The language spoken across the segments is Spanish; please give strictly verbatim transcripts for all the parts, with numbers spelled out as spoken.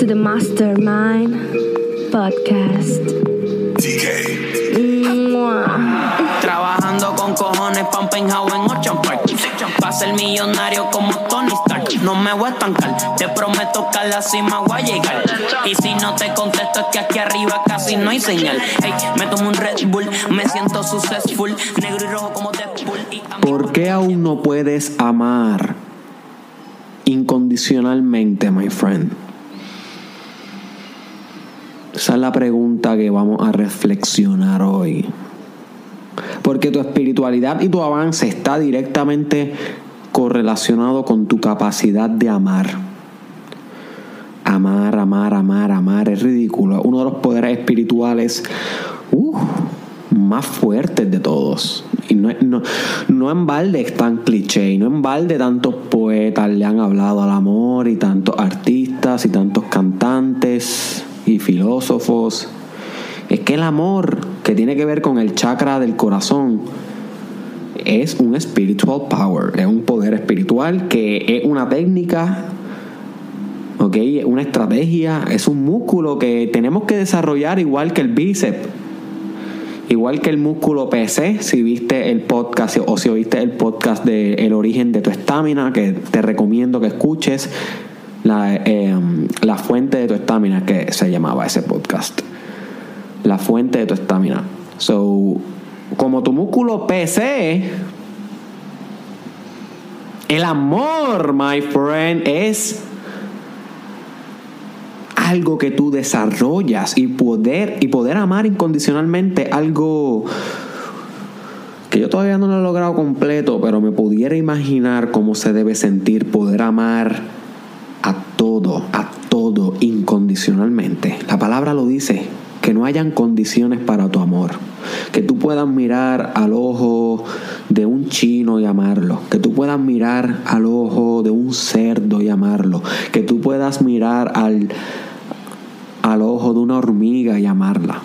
to the Mastermind Podcast. T K. Mua. Trabajando con cojones pa' un penthouse en Ocean Park. Pa' ser millonario como Tony Stark. No me voy a estancar, te prometo que a la cima voy a llegar. Y si no te contesto es que aquí arriba casi no hay señal. Hey, me tomo un Red Bull, me siento successful. Negro y rojo como Deadpool. ¿Por qué aún no puedes amar incondicionalmente, my friend? Esa es la pregunta que vamos a reflexionar hoy. Porque tu espiritualidad y tu avance está directamente correlacionado con tu capacidad de amar. Amar, amar, amar, amar. Es ridículo. Uno de los poderes espirituales uh, más fuertes de todos. Y no, no, no en balde es tan cliché. Y no en balde tantos poetas le han hablado al amor. Y tantos artistas y tantos cantantes y filósofos. Es que el amor, que tiene que ver con el chakra del corazón, es un spiritual power, es un poder espiritual que es una técnica, ¿okay? Una estrategia, es un músculo que tenemos que desarrollar igual que el bíceps, igual que el músculo P C. Si viste el podcast o si oíste el podcast de El origen de tu estamina, que te recomiendo que escuches, la, eh, la fuente de tu estamina, que se llamaba ese podcast. La fuente de tu estamina. So, como tu músculo P C, el amor, my friend, es algo que tú desarrollas. Y poder, y poder amar incondicionalmente, algo que yo todavía no lo he logrado completo, pero me pudiera imaginar cómo se debe sentir poder amar a todo, a todo incondicionalmente. La palabra lo dice. Que no hayan condiciones para tu amor. Que tú puedas mirar al ojo de un chino y amarlo. Que tú puedas mirar al ojo de un cerdo y amarlo. Que tú puedas mirar al, al ojo de una hormiga y amarla.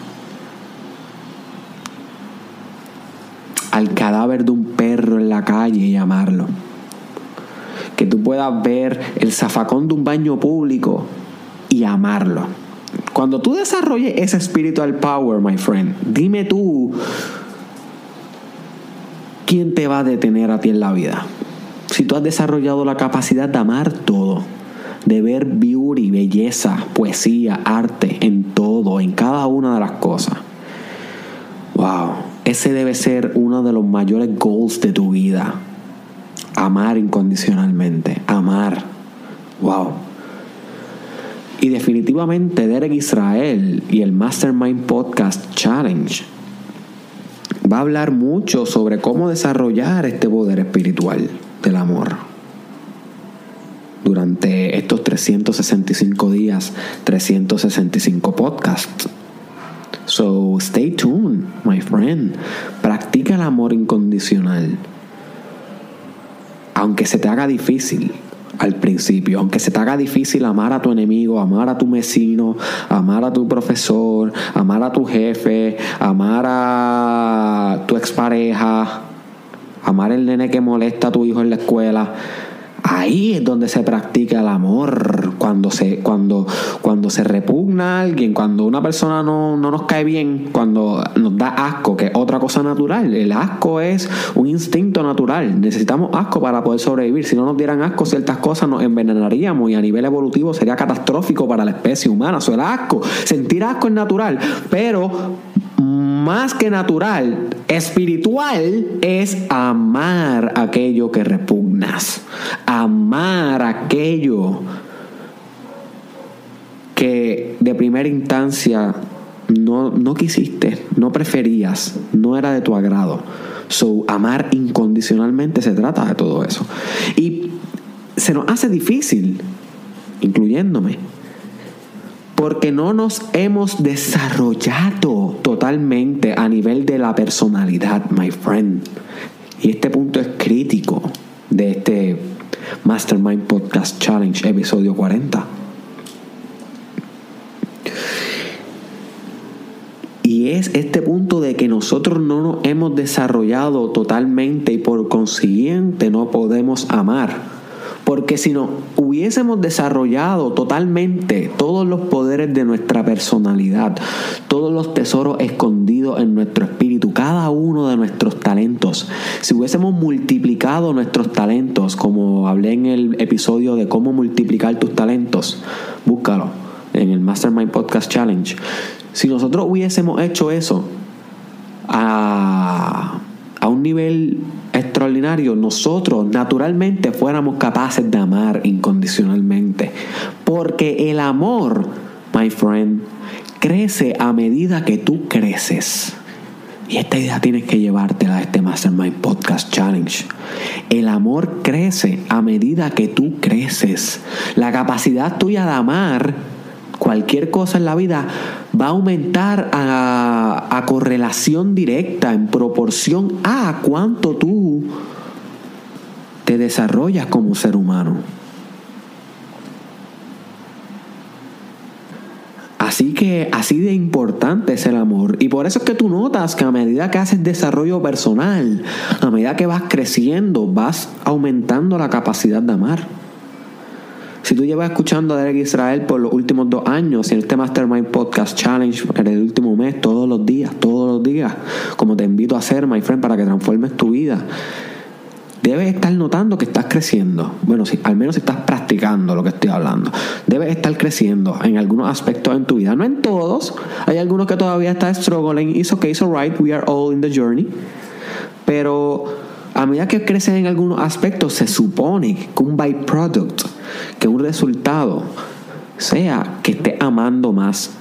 Al cadáver de un perro en la calle y amarlo. Que tú puedas ver el zafacón de un baño público y amarlo. Cuando tú desarrolles ese spiritual power, my friend, dime tú, ¿quién te va a detener a ti en la vida? Si tú has desarrollado la capacidad de amar todo, de ver beauty, belleza, poesía, arte, en todo, en cada una de las cosas. Wow, ese debe ser uno de los mayores goals de tu vida. Amar incondicionalmente, amar. Wow. Y definitivamente Derek Israel y el Mastermind Podcast Challenge va a hablar mucho sobre cómo desarrollar este poder espiritual del amor durante estos trescientos sesenta y cinco días, trescientos sesenta y cinco podcasts. So stay tuned, my friend. Practica el amor incondicional, aunque se te haga difícil al principio, aunque se te haga difícil amar a tu enemigo, amar a tu vecino, amar a tu profesor, amar a tu jefe, amar a tu expareja, amar al nene que molesta a tu hijo en la escuela. Ahí es donde se practica el amor. Cuando se, cuando, cuando se repugna a alguien, cuando una persona no, no nos cae bien, cuando nos da asco, que es otra cosa natural. El asco es un instinto natural. Necesitamos asco para poder sobrevivir. Si no nos dieran asco ciertas cosas, nos envenenaríamos y a nivel evolutivo sería catastrófico para la especie humana. Eso es el asco. Sentir asco es natural, pero más que natural, espiritual es amar aquello que repugnas, amar aquello que de primera instancia no, no quisiste, no preferías, no era de tu agrado. So, amar incondicionalmente se trata de todo eso. Y se nos hace difícil, incluyéndome, porque no nos hemos desarrollado totalmente a nivel de la personalidad, my friend. Y este punto es crítico de este Mastermind Podcast Challenge, episodio cuarenta. Y es este punto de que nosotros no nos hemos desarrollado totalmente y por consiguiente no podemos amar Porque si no hubiésemos desarrollado totalmente todos los poderes de nuestra personalidad, todos los tesoros escondidos en nuestro espíritu, cada uno de nuestros talentos, si hubiésemos multiplicado nuestros talentos, como hablé en el episodio de cómo multiplicar tus talentos, búscalo en el Mastermind Podcast Challenge. Si nosotros hubiésemos hecho eso a, a un nivel extraordinario, nosotros naturalmente fuéramos capaces de amar incondicionalmente, porque el amor, my friend, crece a medida que tú creces. Y esta idea tienes que llevártela a este Mastermind Podcast Challenge. El amor crece a medida que tú creces. La capacidad tuya de amar cualquier cosa en la vida va a aumentar a, a correlación directa, en proporción a cuánto tú te desarrollas como ser humano. Así que así de importante es el amor. Y por eso es que tú notas que a medida que haces desarrollo personal, a medida que vas creciendo, vas aumentando la capacidad de amar. Si tú llevas escuchando a Derek Israel por los últimos dos años y en este Mastermind Podcast Challenge en el último mes, todos los días, todos los días, como te invito a hacer, my friend, para que transformes tu vida, debes estar notando que estás creciendo. Bueno, si, al menos si estás practicando lo que estoy hablando. Debes estar creciendo en algunos aspectos en tu vida. No en todos. Hay algunos que todavía están struggling. It's okay, it's alright. We are all in the journey. Pero a medida que creces en algunos aspectos, se supone que un byproduct, que un resultado, sea que estés amando más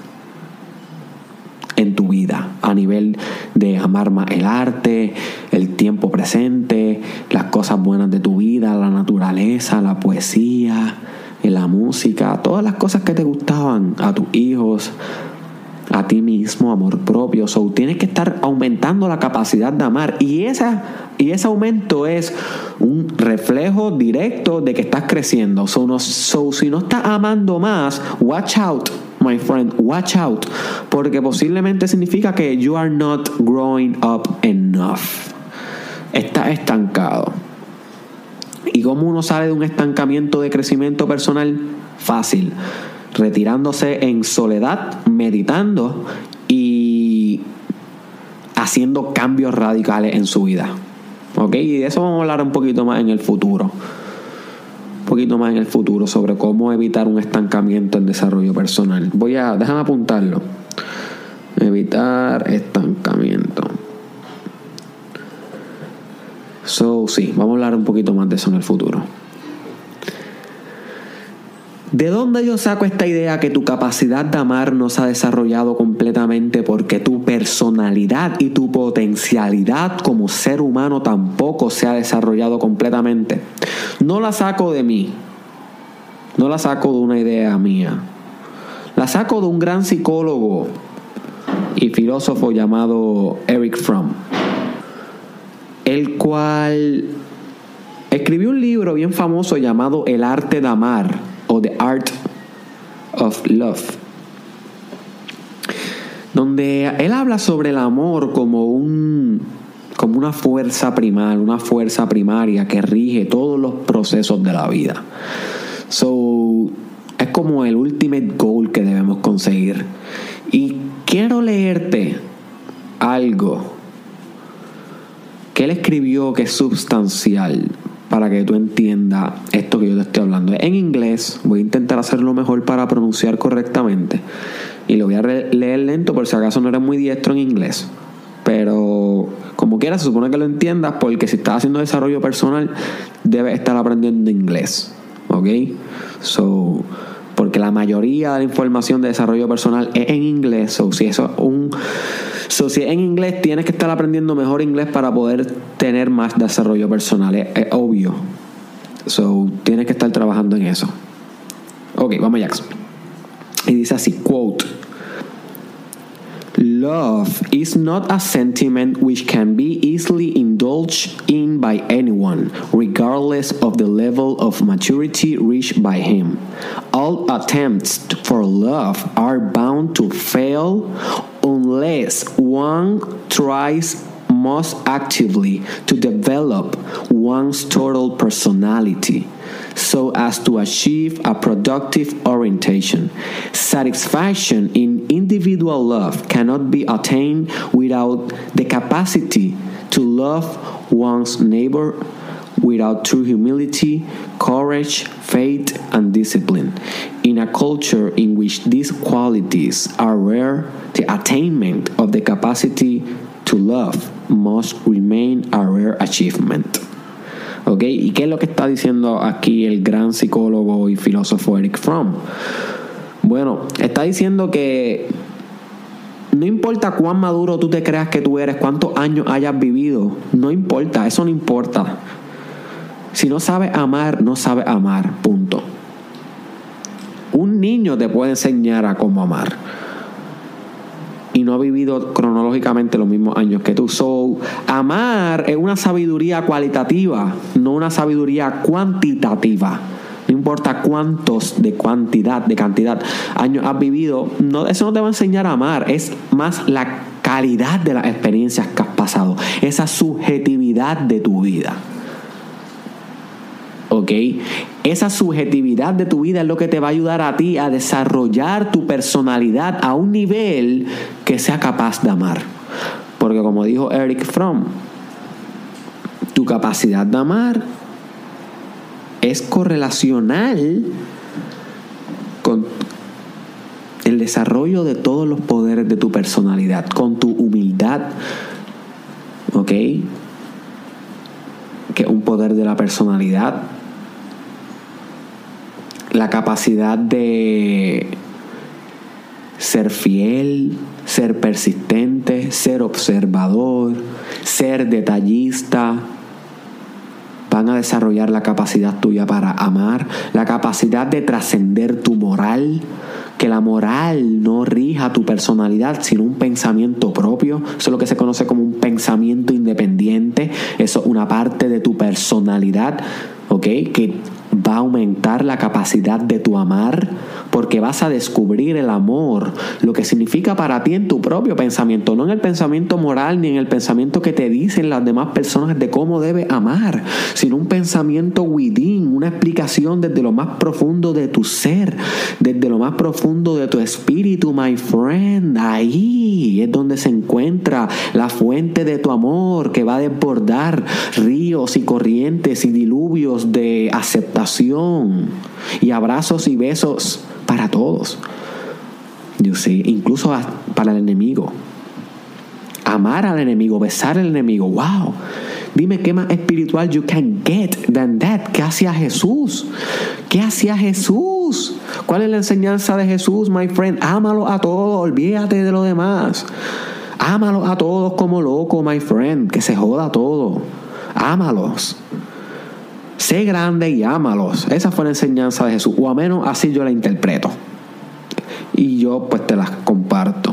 en tu vida, a nivel de amar más el arte, el tiempo presente, las cosas buenas de tu vida, la naturaleza, la poesía, la música, todas las cosas que te gustaban, a tus hijos, a ti mismo, amor propio. So, tienes que estar aumentando la capacidad de amar, y esa y ese aumento es un reflejo directo de que estás creciendo. So, no, so si no estás amando más, watch out, my friend, watch out, porque posiblemente significa que you are not growing up enough. Estás estancado. ¿Y cómo uno sale de un estancamiento de crecimiento personal? Fácil, retirándose en soledad, meditando y haciendo cambios radicales en su vida. ¿Ok? Y de eso vamos a hablar un poquito más en el futuro. Un poquito más en el futuro sobre cómo evitar un estancamiento en desarrollo personal. Voy a, déjame apuntarlo. Evitar estancamiento. So, sí, vamos a hablar un poquito más de eso en el futuro. ¿De dónde yo saco esta idea que tu capacidad de amar no se ha desarrollado completamente? Porque tu personalidad y tu potencialidad como ser humano tampoco se ha desarrollado completamente. No la saco de mí. No la saco de una idea mía. La saco de un gran psicólogo y filósofo llamado Erich Fromm, el cual escribió un libro bien famoso llamado El arte de amar, o The Art of Love, donde él habla sobre el amor como un como una fuerza primal, una fuerza primaria que rige todos los procesos de la vida. So, es como el ultimate goal que debemos conseguir. Y quiero leerte algo que él escribió que es sustancial para que tú entiendas esto que yo te estoy hablando. En inglés, voy a intentar hacerlo mejor para pronunciar correctamente. Y lo voy a re- leer lento por si acaso no eres muy diestro en inglés. Pero como quieras, se supone que lo entiendas, porque si estás haciendo desarrollo personal, debes estar aprendiendo inglés. ¿Ok? So, porque la mayoría de la información de desarrollo personal es en inglés. So, si eso es un... So, si es en inglés, tienes que estar aprendiendo mejor inglés para poder tener más desarrollo personal. Es, es obvio. So, tienes que estar trabajando en eso. Ok, vamos allá. Y dice así, quote: Love is not a sentiment which can be easily indulged in by anyone, regardless of the level of maturity reached by him. All attempts for love are bound to fail unless one tries most actively to develop one's total personality. so as to achieve a productive orientation. Satisfaction in individual love cannot be attained without the capacity to love one's neighbor, without true humility, courage, faith, and discipline. In a culture in which these qualities are rare, the attainment of the capacity to love must remain a rare achievement. ¿Ok? ¿Y qué es lo que está diciendo aquí el gran psicólogo y filósofo Erich Fromm? Bueno, está diciendo que no importa cuán maduro tú te creas que tú eres, cuántos años hayas vivido, no importa, eso no importa. Si no sabes amar, no sabes amar, punto. Un niño te puede enseñar a cómo amar y no ha vivido cronológicamente los mismos años que tú. So, amar es una sabiduría cualitativa, no una sabiduría cuantitativa. No importa cuántos de cantidad, de cantidad años has vivido, no, eso no te va a enseñar a amar. Es más la calidad de las experiencias que has pasado, esa subjetividad de tu vida. ¿Ok? Esa subjetividad de tu vida es lo que te va a ayudar a ti a desarrollar tu personalidad a un nivel que sea capaz de amar. Porque como dijo Erich Fromm, tu capacidad de amar es correlacional con el desarrollo de todos los poderes de tu personalidad, con tu humildad, ¿ok? Que es un poder de la personalidad. La capacidad de ser fiel, ser persistente, ser observador, ser detallista. Van a desarrollar la capacidad tuya para amar, la capacidad de trascender tu moral, que la moral no rija tu personalidad, sino un pensamiento propio. Eso es lo que se conoce como un pensamiento independiente. Eso es una parte de tu personalidad, ¿ok? Que va a aumentar la capacidad de tu amar, porque vas a descubrir el amor, lo que significa para ti en tu propio pensamiento, no en el pensamiento moral ni en el pensamiento que te dicen las demás personas de cómo debes amar, sino un pensamiento within, una explicación desde lo más profundo de tu ser, desde lo más profundo de tu espíritu, my friend. Ahí es donde se encuentra la fuente de tu amor, que va a desbordar ríos y corrientes y diluvios de aceptación y abrazos y besos para todos. You see, incluso para el enemigo. Amar al enemigo, besar al enemigo. Wow. Dime qué más espiritual you can get than that. ¿Qué hacía Jesús? ¿Qué hacía Jesús? ¿Cuál es la enseñanza de Jesús, my friend? Ámalo a todos, olvídate de lo demás. Ámalo a todos como loco, my friend. Que se joda todo. Ámalos. Sé grande y ámalos. Esa fue la enseñanza de Jesús, o a menos así yo la interpreto. Y yo pues te las comparto.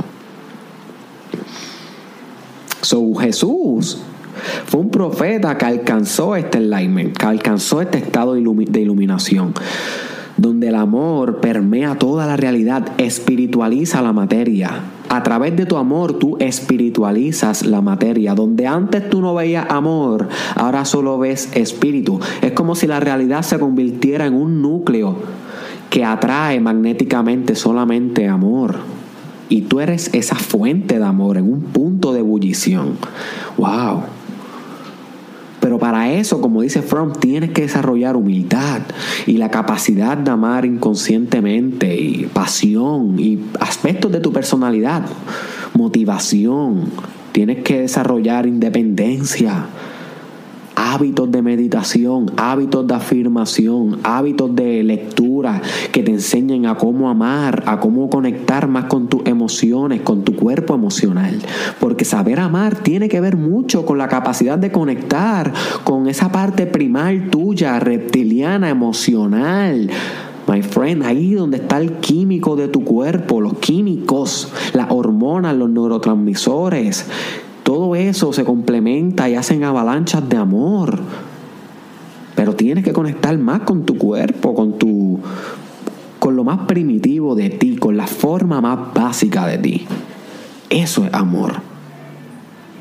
So, Jesús fue un profeta que alcanzó este enlightenment, que alcanzó este estado de iluminación, donde el amor permea toda la realidad, espiritualiza la materia. A través de tu amor tú espiritualizas la materia. Donde antes tú no veías amor, ahora solo ves espíritu. Es como si la realidad se convirtiera en un núcleo que atrae magnéticamente solamente amor. Y tú eres esa fuente de amor en un punto de ebullición. ¡Wow! Pero para eso, como dice Fromm, tienes que desarrollar humildad y la capacidad de amar inconscientemente, y pasión y aspectos de tu personalidad, motivación. Tienes que desarrollar independencia, hábitos de meditación, hábitos de afirmación, hábitos de lectura que te enseñen a cómo amar, a cómo conectar más con tus emociones, con tu cuerpo emocional. Porque saber amar tiene que ver mucho con la capacidad de conectar con esa parte primal tuya, reptiliana, emocional. My friend, ahí donde está el químico de tu cuerpo, los químicos, las hormonas, los neurotransmisores. Todo eso se complementa y hacen avalanchas de amor. Pero tienes que conectar más con tu cuerpo, con tu, con lo más primitivo de ti, con la forma más básica de ti. Eso es amor.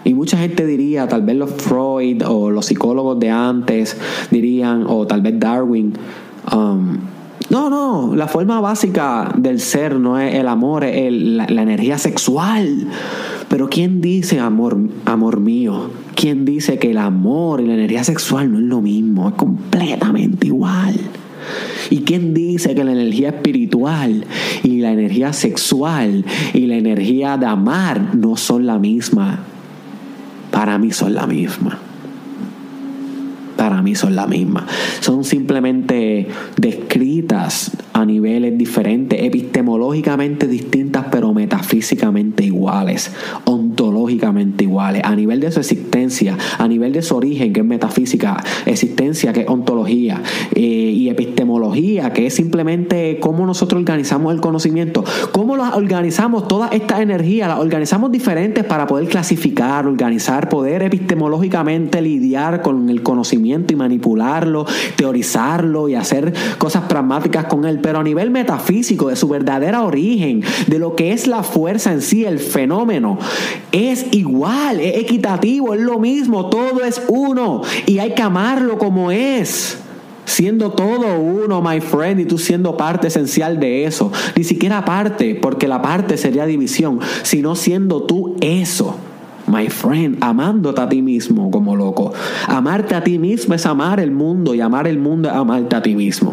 Y mucha gente diría, tal vez los Freud o los psicólogos de antes dirían, o tal vez Darwin, um, no, no, la forma básica del ser no es el amor, es el, la, la energía sexual. Pero ¿quién dice, amor, amor mío? ¿Quién dice que el amor y la energía sexual no es lo mismo? Es completamente igual. ¿Y quién dice que la energía espiritual y la energía sexual y la energía de amar no son la misma? Para mí son la misma. Para mí son la misma. Son simplemente descritas a niveles diferentes, epistemológicamente distintas, pero metafísicamente iguales, ontológicamente iguales, a nivel de su existencia, a nivel de su origen, que es metafísica, existencia, que es ontología, eh, y epistemología, que es simplemente cómo nosotros organizamos el conocimiento, cómo las organizamos, todas estas energías, las organizamos diferentes para poder clasificar, organizar, poder epistemológicamente lidiar con el conocimiento y manipularlo, teorizarlo y hacer cosas pragmáticas con él, pero a nivel metafísico, de su verdadero origen, de lo que es la fuerza en sí, el fenómeno, es igual, es equitativo, es lo mismo, todo es uno y hay que amarlo como es, siendo todo uno, my friend, y tú siendo parte esencial de eso, ni siquiera parte, porque la parte sería división, sino siendo tú eso. My friend, amándote a ti mismo como loco. Amarte a ti mismo es amar el mundo, y amar el mundo es amarte a ti mismo.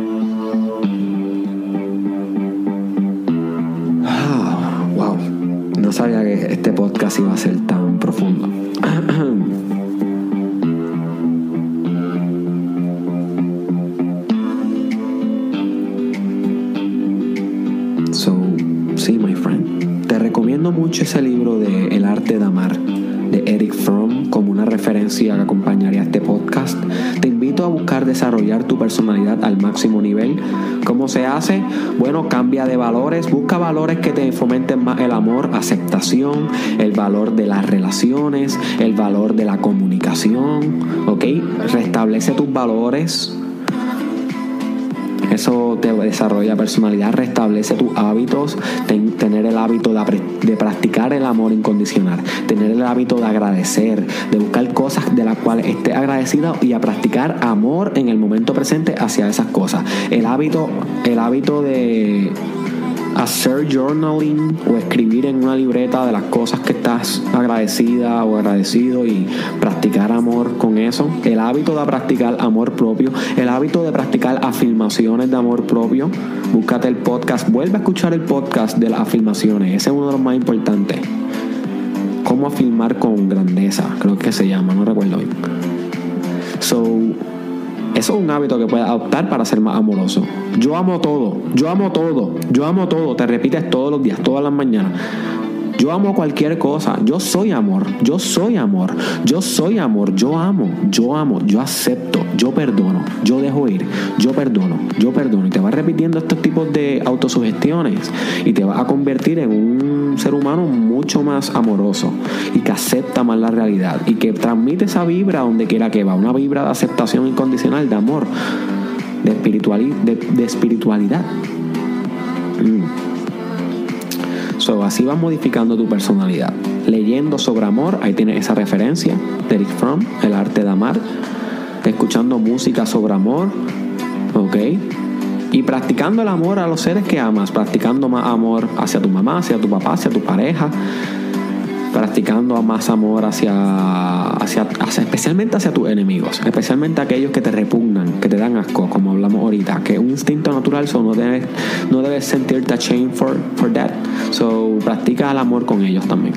Ah, wow. No sabía que este podcast iba a ser tan profundo. So, sí, my friend. Te recomiendo mucho ese libro de El arte de amar, de Erich Fromm, como una referencia que acompañaría a este podcast. Te invito a buscar desarrollar tu personalidad al máximo nivel. ¿Cómo se hace? Bueno, cambia de valores, busca valores que te fomenten más el amor, aceptación, el valor de las relaciones, el valor de la comunicación, ¿ok? Restablece tus valores. Eso te desarrolla personalidad, restablece tus hábitos, ten, tener el hábito de, de practicar el amor incondicional, tener el hábito de agradecer, de buscar cosas de las cuales estés agradecido y a practicar amor en el momento presente hacia esas cosas. El hábito, el hábito de hacer journaling o escribir en una libreta de las cosas que estás agradecida o agradecido y practicar amor con eso. El hábito de practicar amor propio, el hábito de practicar afirmaciones de amor propio. Búscate el podcast, vuelve a escuchar el podcast de las afirmaciones, ese es uno de los más importantes. Cómo afirmar con grandeza, creo que se llama, no recuerdo bien. So, eso es un hábito que puedes adoptar para ser más amoroso. Yo amo todo, yo amo todo, yo amo todo. Te repites todos los días, todas las mañanas. Yo amo cualquier cosa. Yo soy amor, yo soy amor, yo soy amor, yo amo, yo amo, yo acepto, yo perdono, yo dejo ir, yo perdono, yo perdono. Y te vas repitiendo estos tipos de autosugestiones y te vas a convertir en un ser humano mucho más amoroso y que acepta más la realidad y que transmite esa vibra donde quiera que va, una vibra de aceptación incondicional, de amor, de, espirituali- de, de espiritualidad. Mm. So, así vas modificando tu personalidad. Leyendo sobre amor, ahí tienes esa referencia de Erich Fromm, El arte de amar. Escuchando música sobre amor, ok. Y practicando el amor a los seres que amas, practicando más amor hacia tu mamá, hacia tu papá, hacia tu pareja, practicando más amor hacia, hacia, hacia especialmente hacia tus enemigos, especialmente aquellos que te repugnan, que te dan asco, como hablamos ahorita, que es un instinto natural, so no debes, no debes sentirte ashamed for, for that. So practica el amor con ellos también.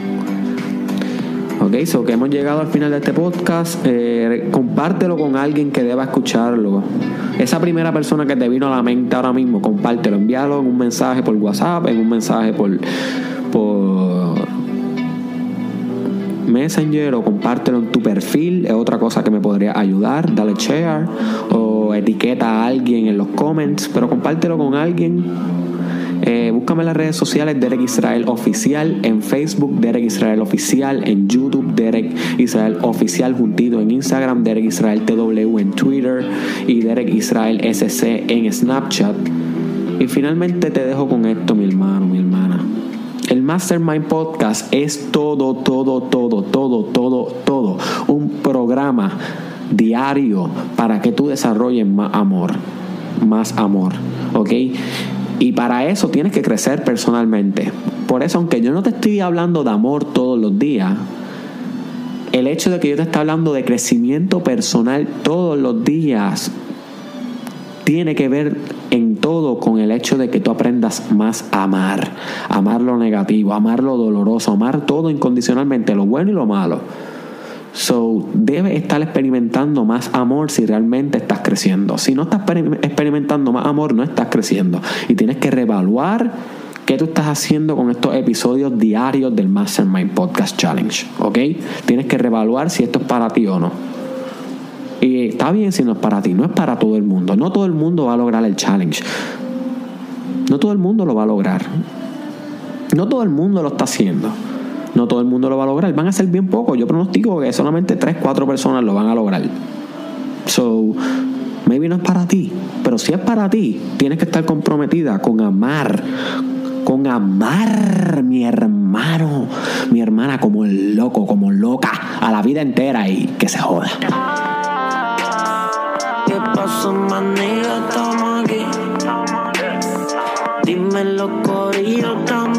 Ok, so que hemos llegado al final de este podcast. Eh, compártelo con alguien que deba escucharlo. Esa primera persona que te vino a la mente ahora mismo, compártelo, envíalo en un mensaje por WhatsApp, en un mensaje por por Messenger, o compártelo en tu perfil. Es otra cosa que me podría ayudar. Dale share o etiqueta a alguien en los comments, pero compártelo con alguien. Eh, búscame en las redes sociales, Derek Israel Oficial, en Facebook Derek Israel Oficial, en YouTube Derek Israel Oficial juntito, en Instagram Derek Israel T W, en Twitter y Derek Israel S C en Snapchat. Y finalmente te dejo con esto, mi hermano, mi hermana. El Mastermind Podcast es todo, todo, todo, todo, todo, todo. Un programa diario para que tú desarrolles más amor. Más amor. ¿Ok? Y para eso tienes que crecer personalmente. Por eso, aunque yo no te estoy hablando de amor todos los días, el hecho de que yo te esté hablando de crecimiento personal todos los días tiene que ver en todo con el hecho de que tú aprendas más a amar. Amar lo negativo, amar lo doloroso, amar todo incondicionalmente, lo bueno y lo malo. So, debes estar experimentando más amor si realmente estás creciendo. Si no estás experimentando más amor, no estás creciendo. Y tienes que reevaluar qué tú estás haciendo con estos episodios diarios del Mastermind Podcast Challenge. ¿Ok? Tienes que reevaluar si esto es para ti o no. Y está bien si no es para ti, no es para todo el mundo. No todo el mundo va a lograr el challenge. No todo el mundo lo va a lograr. No todo el mundo lo está haciendo. No todo el mundo lo va a lograr. Van a ser bien pocos. Yo pronostico que solamente tres, cuatro personas lo van a lograr. So, maybe no es para ti. Pero si es para ti, tienes que estar comprometida con amar. Con amar, mi hermano, mi hermana, como el loco, como loca, a la vida entera y que se joda. ¿Qué pasó, manilla? Estamos aquí. Dime los corillos, estamos